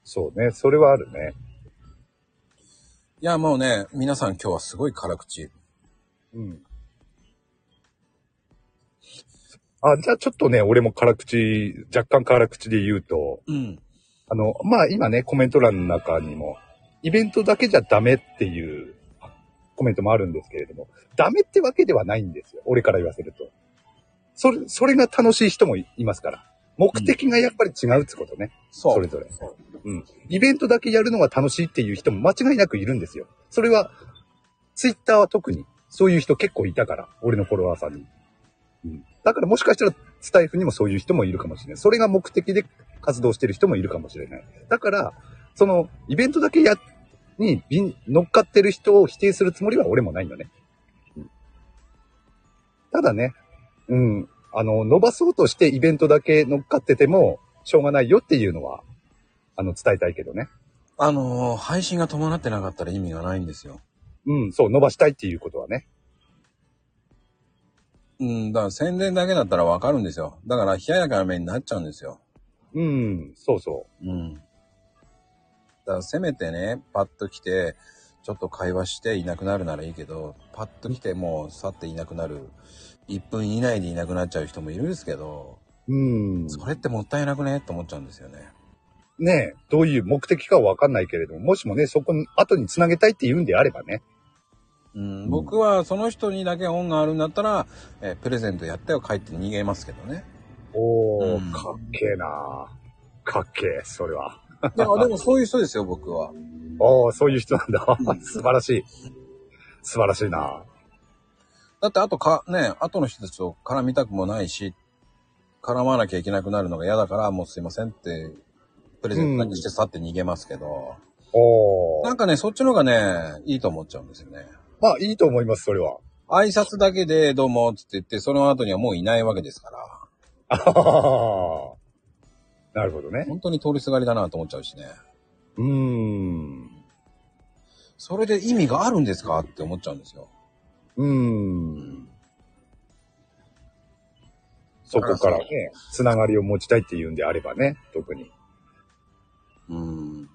そうね。それはあるね。 いや、もうね、皆さん今日はすごい辛口。 うん。あ、じゃあちょっとね、俺も辛口、若干辛口で言うと、 うん。 あの、まあ今ね、コメント欄の中にも、イベントだけじゃダメっていうコメントもあるんですけれども、ダメってわけではないんですよ。俺から言わせると。それ、それが楽しい人もいますから。目的がやっぱり違うってことね。 そう。 それぞれ。うん。イベントだけやるのが楽しいっていう人も間違いなくいるんですよ。それは、ツイッターは特に、そういう人結構いたから、俺のフォロワーさんに。うん。だからもしかしたら、スタイフにもそういう人もいるかもしれない。それが目的で活動してる人もいるかもしれない。だから、その、イベントだけや、に乗っかってる人を否定するつもりは俺もないのね。うん、ただね、うん、あの、伸ばそうとしてイベントだけ乗っかってても、しょうがないよっていうのは、あの、伝えたいけどね。 あのー、配信が伴ってなかったら意味がないんですよ。 うん、そう、伸ばしたいっていうことはね。 うん、だから宣伝だけだったらわかるんですよ。だから冷ややかな目になっちゃうんですよ。 うん、そうそう。 うん。だからせめてね、パッと来て、ちょっと会話していなくなるならいいけど、パッと来てもう去っていなくなる。いっぷん以内でいなくなっちゃう人もいるんですけど、 うん。 それってもったいなくねって思っちゃうんですよね。 ねえ、どういう目的かはわかんないけれども、もしもね、そこに後に繋げたいって言うんであればね。 うん、僕はその人にだけ恩があるんだったら、えープレゼントやってよ帰って逃げますけどね。 おー、 うんかっけえなかっけえ、それは。 いや、でもそういう人ですよ、僕は。 おー、そういう人なんだ。 うん、 素晴らしい。素晴らしいなだってあとか、ね、後の人たちと絡みたくもないし、絡まなきゃいけなくなるのが嫌だから、もうすいませんって、プレゼントだけして去って逃げますけど、 おー。 なんかね、そっちの方がね、いいと思っちゃうんですよね。 まあ、いいと思います、それは。 挨拶だけでどうもって言って、その後にはもういないわけですから。 あはははなるほどね。 本当に通りすがりだなと思っちゃうしね。 うーん。 それで意味があるんですかって思っちゃうんですよ。 うーん。そこからね、つながりを持ちたいっていうんであればね、特に。 うーん。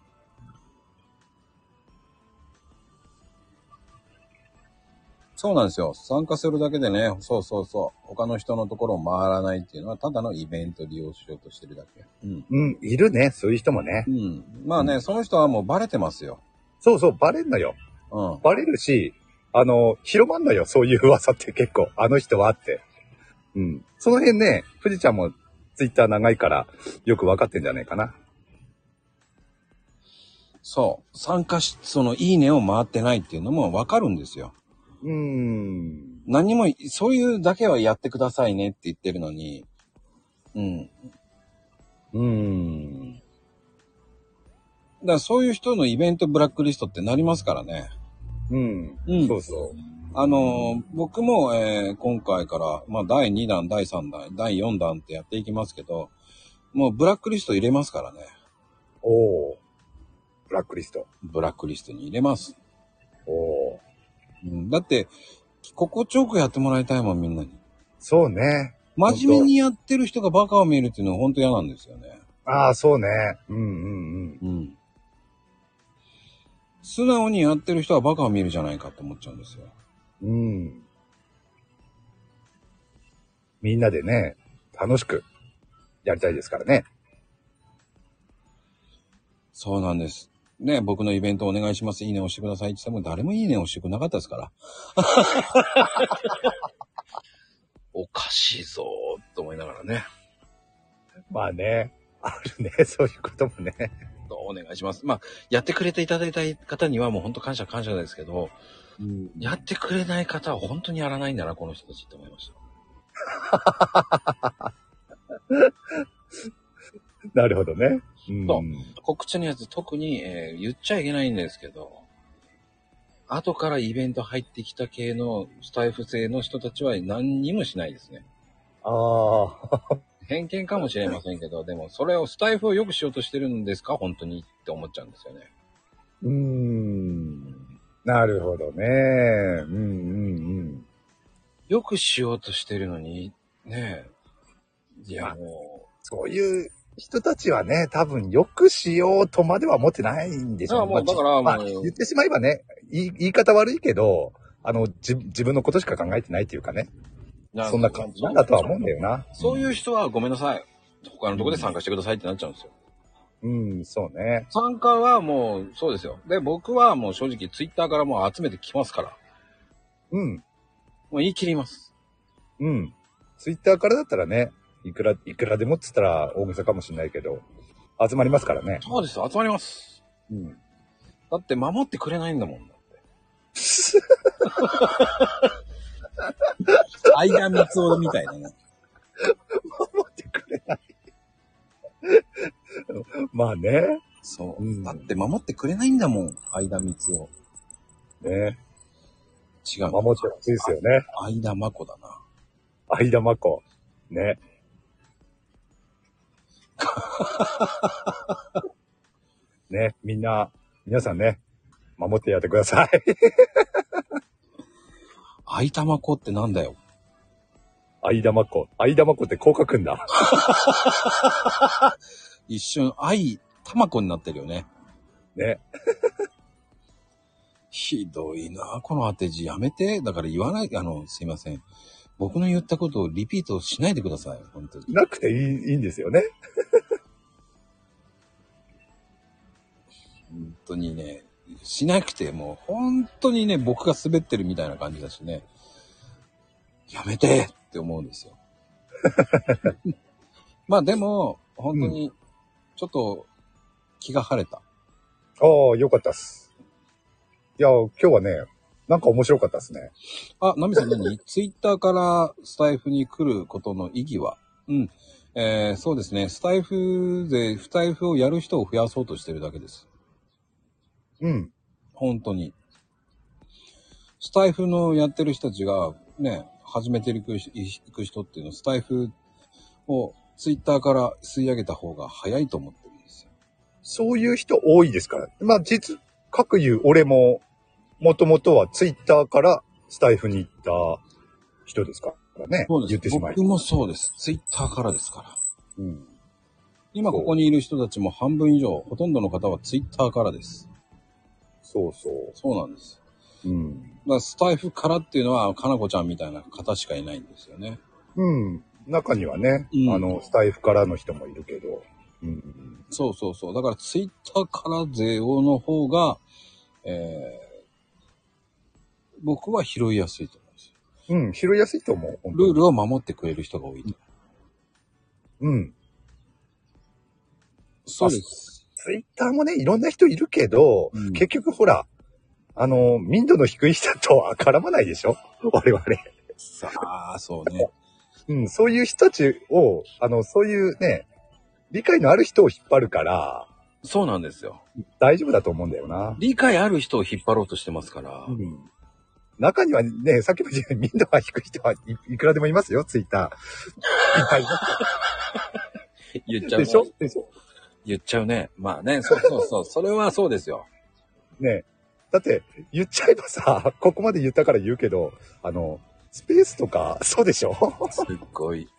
そうなんですよ。参加するだけでね、そうそうそう。他の人のところを回らないっていうのは、ただのイベント利用しようとしてるだけ。うん。 うん、いるね、そういう人もね。 うん。まあね、うん、その人はもうバレてますよ。 そうそう、バレんのよ。うん。バレるし、あの、広まんのよ、そういう噂って結構。あの人はって。うん。その辺ね、富士ちゃんもツイッター長いからよくわかってんじゃないかな。 そう。参加し、そのいいねを回ってないっていうのもわかるんですよ。 うーん。 何も、そういうだけはやってくださいねって言ってるのに、うん。 うーん。 だからそういう人のイベントブラックリストってなりますからね。 うん。うん。そうそう。 あのー、僕も、えー、今回から、まあ、だいにだん、だいさんだん、だいよんだんってやっていきますけど、もうブラックリスト入れますからね。 おー。ブラックリスト。 ブラックリストに入れます。 おー。 うん、だって、心地よくやってもらいたいもん、みんなに。 そうね。 真面目にやってる人がバカを見るっていうのは本当嫌なんですよね。 ああ、そうね。うんうんうん。うん。 素直にやってる人はバカを見るじゃないかって思っちゃうんですよ。 うん。みんなでね、楽しくやりたいですからね。 そうなんです。ね、僕のイベントお願いします。いいね押してくださいって言っても誰もいいね押してくれなかったですから。おかしいぞーと思いながらね。 まあね、あるね、そういうこともね。 お願いします。まあ、やってくれていただいた方にはもう本当感謝感謝ですけど、うん、やってくれない方は本当にやらないんだな、この人たちって思いました。 なるほどね。 うん、そう告知のやつ特に、えー、言っちゃいけないんですけど、後からイベント入ってきた系のスタイフ制の人たちは何にもしないですね。 ああ。 偏見かもしれませんけど、でもそれをスタイフを良くしようとしてるんですか本当にって思っちゃうんですよね。 うーん。なるほどね。うんうんうん。 良くしようとしてるのに、ねえ。いやもう。 そういう人たちはね、多分よくしようとまでは思ってないんでしょうね。 いやもうだからまあ、 もう言ってしまえばね、言い言い方悪いけど、あの、じ自分のことしか考えてないっていうかね。そんな感じなんだとは思うんだよな。 そういう人はごめんなさい。他のところで参加してくださいってなっちゃうんですよ。 うん、そうね。 参加はもう、そうですよ。で、僕はもう正直ツイッターからもう集めてきますから。 うん、 もう言い切ります。 うん。ツイッターからだったらね、いくら、いくらでもっつったら大げさかもしれないけど、集まりますからね。 そうです、集まります。 うん。 だって守ってくれないんだもんだって。相田光夫みたいなね。 守ってくれない。まあね。 そう、 うんだって守ってくれないんだもん、相田光夫。 ね。 違う。 守ってほしいですよね。 相田真子だな。 相田真子。ね。ね、みんな、皆さんね、守ってやってください。 相田真子ってなんだよ。 相田真子。相田真子ってこう書くんだ。 一瞬、相玉子になってるよね。 ね。 ひどいな、この当て字やめて。だから言わない、あの、すいません。僕の言ったことをリピートしないでください。本当に。 なくていい、いいんですよね。 本当にね、しなくてもう本当にね、僕が滑ってるみたいな感じだしね。やめてって思うんですよ。まあでも、本当に、ちょっと気が晴れた。 ああ、よかったっす。いや、今日はね、なんか面白かったですね。 あ、ナミさん何ツイッターからスタイフに来ることの意義はうん。えー、そうですね。スタイフで、スタイフをやる人を増やそうとしてるだけです。 うん。 本当に。スタイフのやってる人たちが、ね、始めていくいく人っていうのは、スタイフをツイッターから吸い上げた方が早いと思ってるんですよ。 そういう人多いですから。まあ、実、各言う俺も、もともとはツイッターからスタイフに行った人ですからね。 そうです。 言ってしまえば。 僕もそうです。ツイッターからですから。 うん。 今ここにいる人たちも半分以上、ほとんどの方はツイッターからです。 そうそう。 そうなんです。 うん。 だからスタイフからっていうのは、かなこちゃんみたいな方しかいないんですよね。 うん。中にはね、 うんあの、スタイフからの人もいるけど。うん。 そうそうそう。だからツイッターから勢をの方が、えー、僕は拾いやすいと思うんですよ。 うん、拾いやすいと思う。本当にルールを守ってくれる人が多いと。 うん。 そうです。 ツイッターもね、いろんな人いるけど、 うん結局ほら、あの、民度の低い人とは絡まないでしょ我々。 さあ、そうね。 うん、そういう人たちを、あの、そういうね、理解のある人を引っ張るから、 そうなんですよ。 大丈夫だと思うんだよな。 理解ある人を引っ張ろうとしてますから。 うん。中にはね、さっきも言ったように民度が低い人はい、いくらでもいますよ、ツイッター。 言っちゃうね。 でしょでしょ言っちゃうね。まあね、そうそうそう。それはそうですよ。 ね。だって、言っちゃえばさ、ここまで言ったから言うけど、あの、スペースとか、そうでしょすっごい。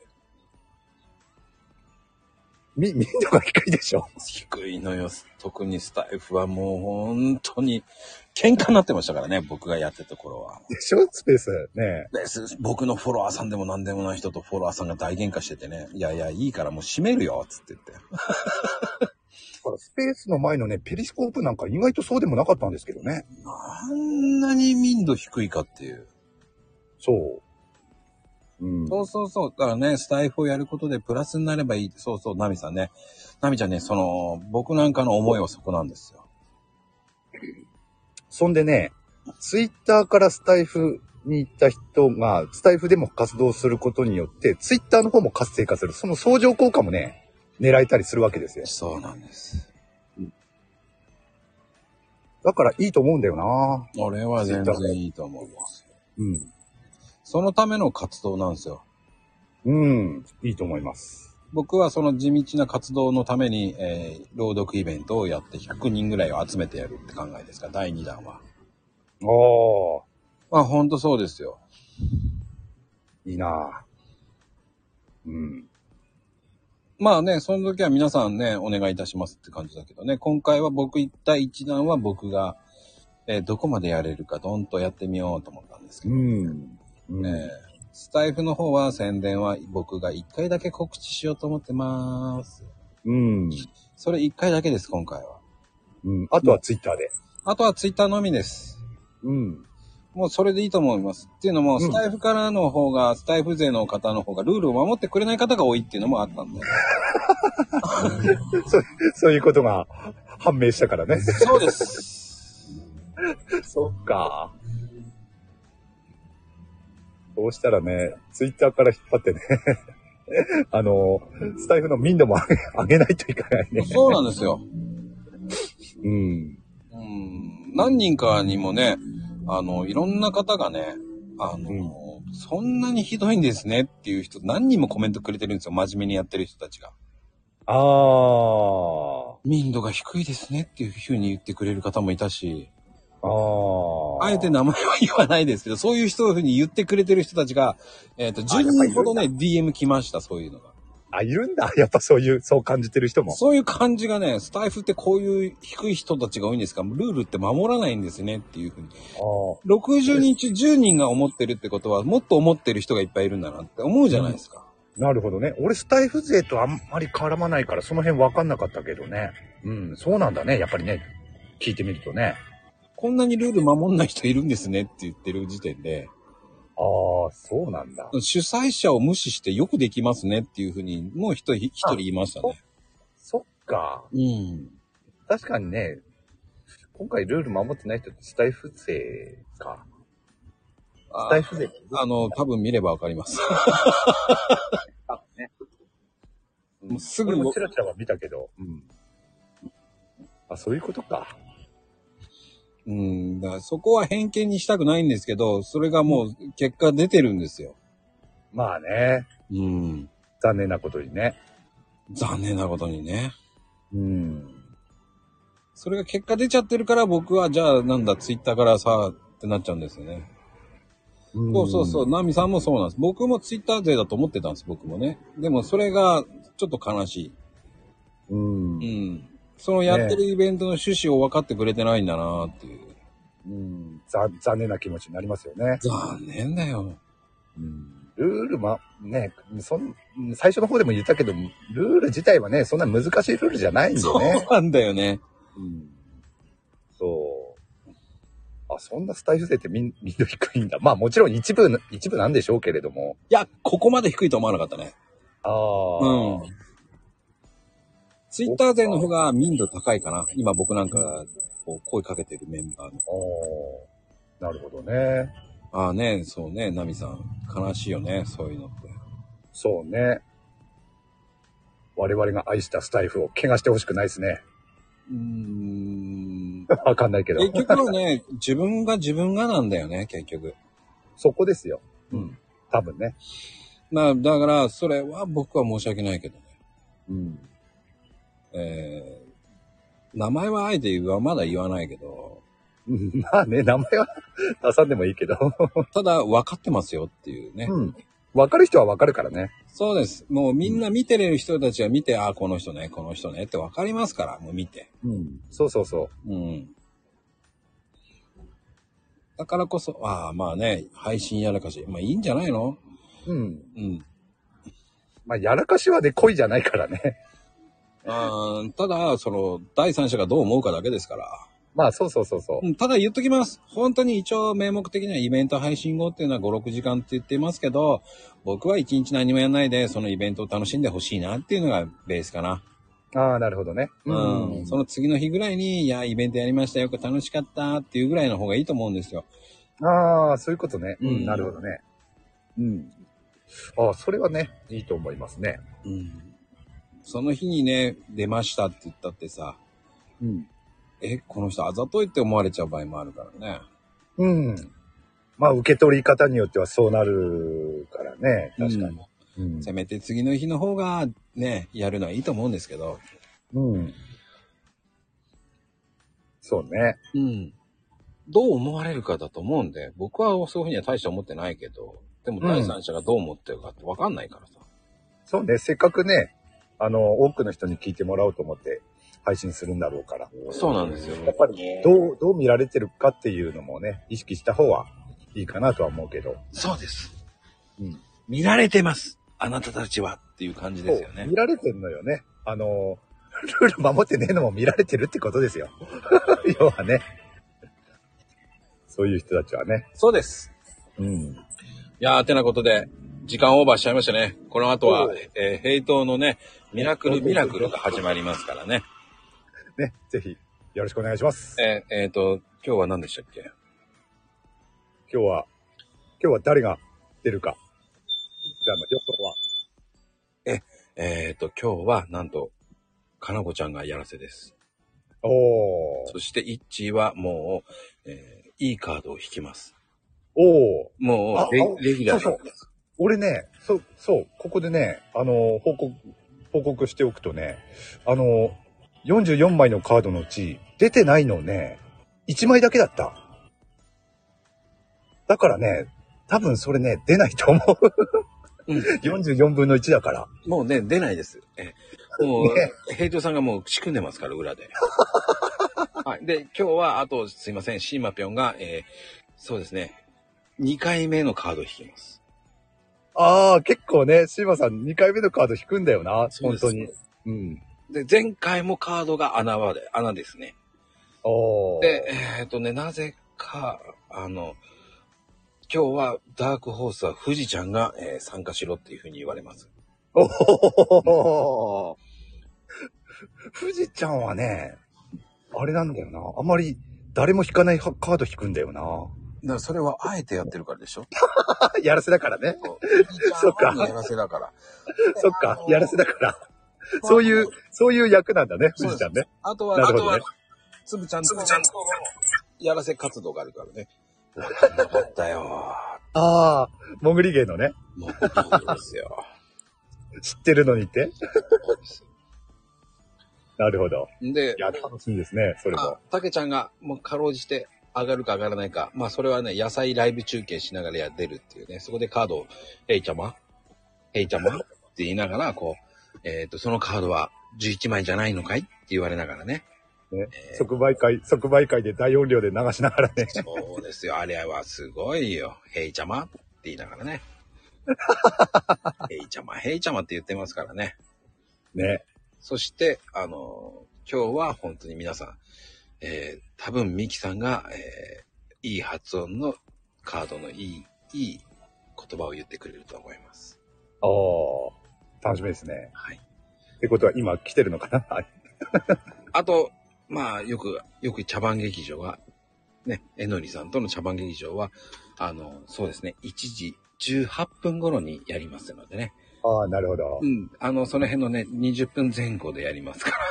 み、民度が低いでしょ低いのよ。特にスタイフはもう本当に喧嘩になってましたからね。僕がやってた頃は。 でしょスペース。ね。 です僕のフォロワーさんでも何でもない人とフォロワーさんが大喧嘩しててね。いやいや、いいからもう閉めるよ。つって言って。 ほらスペースの前のね、ペリスコープなんか意外とそうでもなかったんですけどね。 あんなに民度低いかっていう。 そう。うん。 そうそうそう。だからね、スタイフをやることでプラスになればいい。そうそう、ナミさんね。ナミちゃんね、その、僕なんかの思いはそこなんですよ。 そんでね、ツイッターからスタイフに行った人が、スタイフでも活動することによって、ツイッターの方も活性化する。その相乗効果もね、狙えたりするわけですよ。 そうなんです。 だからいいと思うんだよな。 俺は全然いいと思う。 うん。 そのための活動なんですよ。 うん。いいと思います。 僕はその地道な活動のために、えー、朗読イベントをやってひゃくにんぐらいを集めてやるって考えですか、だいにだんは。 ああ、 まあほんとそうですよ。 いいな。うん。 まあね、その時は皆さんね、お願いいたしますって感じだけどね、今回は僕一対一弾は僕が、えーどこまでやれるかどんとやってみようと思ったんですけど、 うん。うん。 ね、スタイフの方は宣伝は僕が一回だけ告知しようと思ってまーす。 うん。 それ一回だけです、今回は。 うん。あとはツイッターで。 あとはツイッターのみです。 うん。 もうそれでいいと思います。っていうのも、 うんスタイフからの方が、スタイフ勢の方の方がルールを守ってくれない方が多いっていうのもあったんで。 そう、そういうことが判明したからね。 そうです。 そっか。そうしたらね、ツイッターから引っ張ってね、あの、スタイフの民度も上げ上げないといけないね。 そうなんですよ。 うん。 うん。何人かにもね、あの、いろんな方がね、あの、 うんそんなにひどいんですねっていう人、何人もコメントくれてるんですよ。真面目にやってる人たちが。 あー。 民度が低いですねっていうふうに言ってくれる方もいたし、 あー。 あえて名前は言わないですけど、そういう人をふうに言ってくれてる人たちが、えっと、じゅうにんほどね、ディーエム 来ました、そういうのが。 あ、いるんだ。やっぱそういう、そう感じてる人も。 そういう感じがね、スタイフってこういう低い人たちが多いんですが、ルールって守らないんですねっていうふうに。 あー。 ろくじゅうにん中じゅうにんが思ってるってことは、もっと思ってる人がいっぱいいるんだなって思うじゃないですか。 なるほどね。俺スタイフ勢とあんまり絡まないからその辺分かんなかったけどね。うん、そうなんだね。やっぱりね、聞いてみるとね。 こんなにルール守んない人いるんですねって言ってる時点で、 ああ、そうなんだ。 主催者を無視してよくできますねっていうふうに、もう一人、一人言いましたね。 そっか。 うん。 確かにね、今回ルール守ってない人ってスタイフ勢か。スタイフ勢。 あの、多分見ればわかります。 あ、ね。 もうすぐ俺もチラチラは見たけど。うん。あ、そういうことか。 うん、だからそこは偏見にしたくないんですけど、それがもう結果出てるんですよ。 まあね。 うん。 残念なことにね。 残念なことにね。 うん。 それが結果出ちゃってるから僕はじゃあなんだツイッターからさってなっちゃうんですよね。そうそうそう。ナミさんもそうなんです。僕もツイッター勢だと思ってたんです、僕もね。でもそれがちょっと悲しい。 うん。 うん。そのやってるイベントの趣旨を分かってくれてないんだなっていう。 うん。ざ残念な気持ちになりますよね。 残念だよ。 うん。ルールま、ね、そん、最初の方でも言ったけど、ルール自体はね、そんな難しいルールじゃないんでね。 そうなんだよね。 うん。そう。あ、そんなスタイル勢ってみん、みんな低いんだ。まあもちろん一部、一部なんでしょうけれども。 いや、ここまで低いと思わなかったね。 ああ。 うん。ツイッター勢の方が民度高いかな。今僕なんかこう声かけてるメンバーの。 おー、なるほどね。 ああね、そうね、ナミさん。悲しいよね、そういうのって。 そうね。我々が愛したスタイフを怪我してほしくないですね。 うーん。 わかんないけど。 結局はね、自分が自分がなんだよね、結局。 そこですよ。うん。多分ね。 な、だから、それは僕は申し訳ないけどね。 うん。 えー、名前はあえて言わ、まだ言わないけど、 うんまあね、名前は出さんでもいいけど。 ただ分かってますよっていうね。 うん。わかる人はわかるからね。 そうです。もうみんな見てれる人たちは見て、ああ、この人ね、この人ねって分かりますから、もう見て。 うん。そうそうそうん。だからこそ、ああ、まあね、配信やらかし。まあいいんじゃないの？ う。うん。 うん。 まあ、やらかしはね、恋じゃないからね。 あーただ、その、第三者がどう思うかだけですから。 まあ、そうそうそうそう。 うんただ言っときます。本当に一応名目的にはイベント配信後っていうのはご、ろくじかんって言ってますけど、僕はいちにち何もやんないで、そのイベントを楽しんでほしいなっていうのがベースかな。 ああ、なるほどね。 うん。その次の日ぐらいに、いや、イベントやりましたよ、楽しかったっていうぐらいの方がいいと思うんですよ。 ああ、そういうことね。ううんん、なるほどね。うん。ああ、それはね、いいと思いますね。 うん。その日にね、出ましたって言ったってさ、 うん。 え、この人あざといって思われちゃう場合もあるからね。 うん。まあ、受け取り方によってはそうなるからね。確かに。うん。 せめて次の日の方がね、やるのはいいと思うんですけど。 うん。そうね。 うん。どう思われるかだと思うんで、僕はそういうふうには大して思ってないけど、でも第三者がどう思ってるかって分かんないからさ。 そうね。せっかくね、 あの、多くの人に聞いてもらおうと思って配信するんだろうから。 そうなんですよ。 やっぱり、どう、どう見られてるかっていうのもね、意識した方はいいかなとは思うけど。 そうです。 うん。 見られてます。あなたたちはっていう感じですよね。 見られてんのよね。あの、ルール守ってねえのも見られてるってことですよ。要はね。そういう人たちはね。 そうです。 うん。 いやー、てなことで、時間オーバーしちゃいましたね。この後は、えー、ヘイトのね、ミラクルミラクルが始まりますからね。 ね、ぜひ、よろしくお願いします。 えー、えーと、今日は何でしたっけ？ 今日は、今日は誰が出るか。じゃあ、予想は。 え、えーと、今日は、なんと、かなこちゃんがやらせです。 おー。 そして、イッチーはもう、えー、いいカードを引きます。 おー。 もうレ、レギュラーそうそう。俺ね、そう、そう、ここでね、あの、報告、報告しておくとね、あの、よんじゅうよんまいのカードのうち、出てないのね、いちまいだけだった。だからね、多分それね、出ないと思う。うん、よんじゅうよんぶんのいちだから。 もうね、出ないです。えもう、ね、ヘイトさんがもう仕組んでますから、裏で。はい。で、今日は、あと、すいません、シーマピョンが、えー、そうですね、にかいめのカード引きます。 ああ、結構ね、シーマさんにかいめのカード引くんだよな、本当に。うん。 で、前回もカードが穴場で、穴ですね。 おー。 で、えー、っとね、なぜか、あの、今日はダークホースは富士ちゃんが、えー、参加しろっていうふうに言われます。 おお、富士ちゃんはね、あれなんだよな。あんまり誰も引かないカード引くんだよな。だからそれはあえてやってるからでしょ。 やらせだからね。 そっか。やらせだから。 そっか。やらせだから。そういう、そういう役なんだね、富士ちゃんね。 あとは、あとは、つぶちゃんと、やらせ活動があるからね。わかんなかったよ。 ああ、潜り芸のね。 潜り芸ですよ。 知ってるのにって。なるほど。 で、 いや、楽しみですね、それも。 たけちゃんが、もうかろうじて、上がるか上がらないか。まあ、それはね、野菜ライブ中継しながらや出るっていうね。そこでカードを、ヘイちゃまヘイちゃまって言いながら、こう、えっと、そのカードはじゅういちまいじゃないのかいって言われながらね。 ね、えー、即売会、即売会で大音量で流しながらね。 そうですよ。あれはすごいよ。ヘイちゃまって言いながらね。ヘイちゃま、ヘイちゃまって言ってますからね。 ね。 そして、あの、今日は本当に皆さん、えー、多分ミキさんが、えー、いい発音のカードのいい、いい言葉を言ってくれると思います。 おー、楽しみですね。 はい。 ってことは今来てるのかな。はい。 あと、まあ、よく、よく茶番劇場は、ね、えのりさんとの茶番劇場は、あの、そうですね、いちじじゅうはっぷん頃にやりますのでね。 ああ、なるほど。 うん。あの、その辺のね、にじゅっぷんぜん後でやりますから。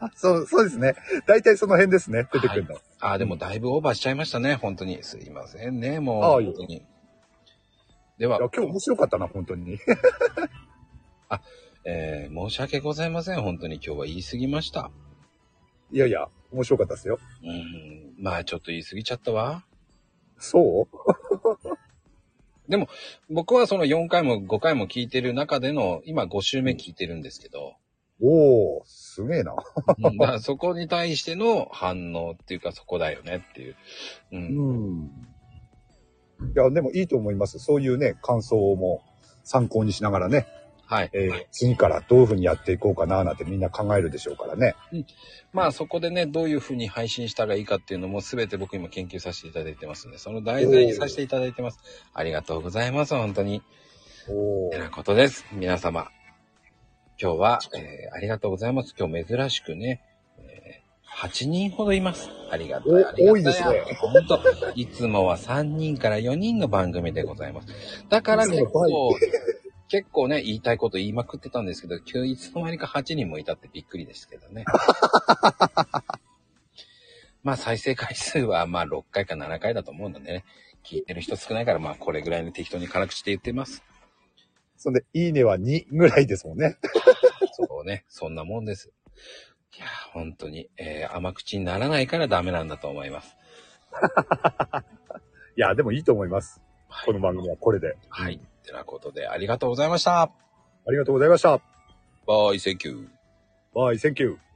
そう、そうですね。大体その辺ですね、出てくるの。はい、 ああ、でもだいぶオーバーしちゃいましたね、本当に。すいませんね、もう。 ああ、 本当に。では。 いや、今日面白かったな、本当に。 あ、えー、申し訳ございません、本当に今日は言い過ぎました。 いやいや、面白かったですよ。 うん、まあちょっと言い過ぎちゃったわ。 そうでも、僕はそのよんかいもごかいも聞いてる中での、今ご週目聞いてるんですけど。 おー、すげえな。 うん、だからそこに対しての反応っていうかそこだよねっていう。うん。 うん、いや、でもいいと思います。そういうね、感想も参考にしながらね。 はい。 えー、次からどういうふうにやっていこうかななんてみんな考えるでしょうからね。 うん。まあそこでね、どういうふうに配信したらいいかっていうのも全て僕今研究させていただいてますんで、その題材にさせていただいてます。ありがとうございます、本当に。 おー。 てなことです。皆様。今日は、えー、ありがとうございます。今日珍しくね、えー、はちにんほどいます。ありがとう。ありがとう。 多いですね。 本当。いつもはさんにんからよにんの番組でございます。だから結構、結構ね、言いたいこと言いまくってたんですけど、今日いつの間にかはちにんもいたってびっくりですけどね。まあ再生回数はまあろっかいかななかいだと思うのでね、聞いてる人少ないからまあこれぐらいの適当に辛口で言ってます。 そんで、いいねはにぐらいですもんね。 そうね、そんなもんです。いや、本当に、えー、甘口にならないからダメなんだと思います。 いや、でもいいと思います。はい、この番組はこれで。 はい。てなことで、ありがとうございました。 ありがとうございました。 バイ、センキュー。 バイ、センキュー。